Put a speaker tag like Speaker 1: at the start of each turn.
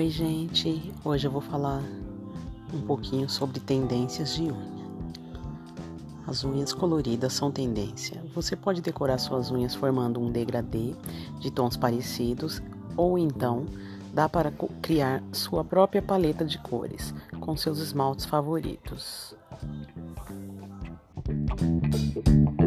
Speaker 1: Oi, gente! Hoje eu vou falar um pouquinho sobre tendências de unha. As unhas coloridas são tendência. Você pode decorar suas unhas formando um degradê de tons parecidos, ou então dá para criar sua própria paleta de cores com seus esmaltes favoritos.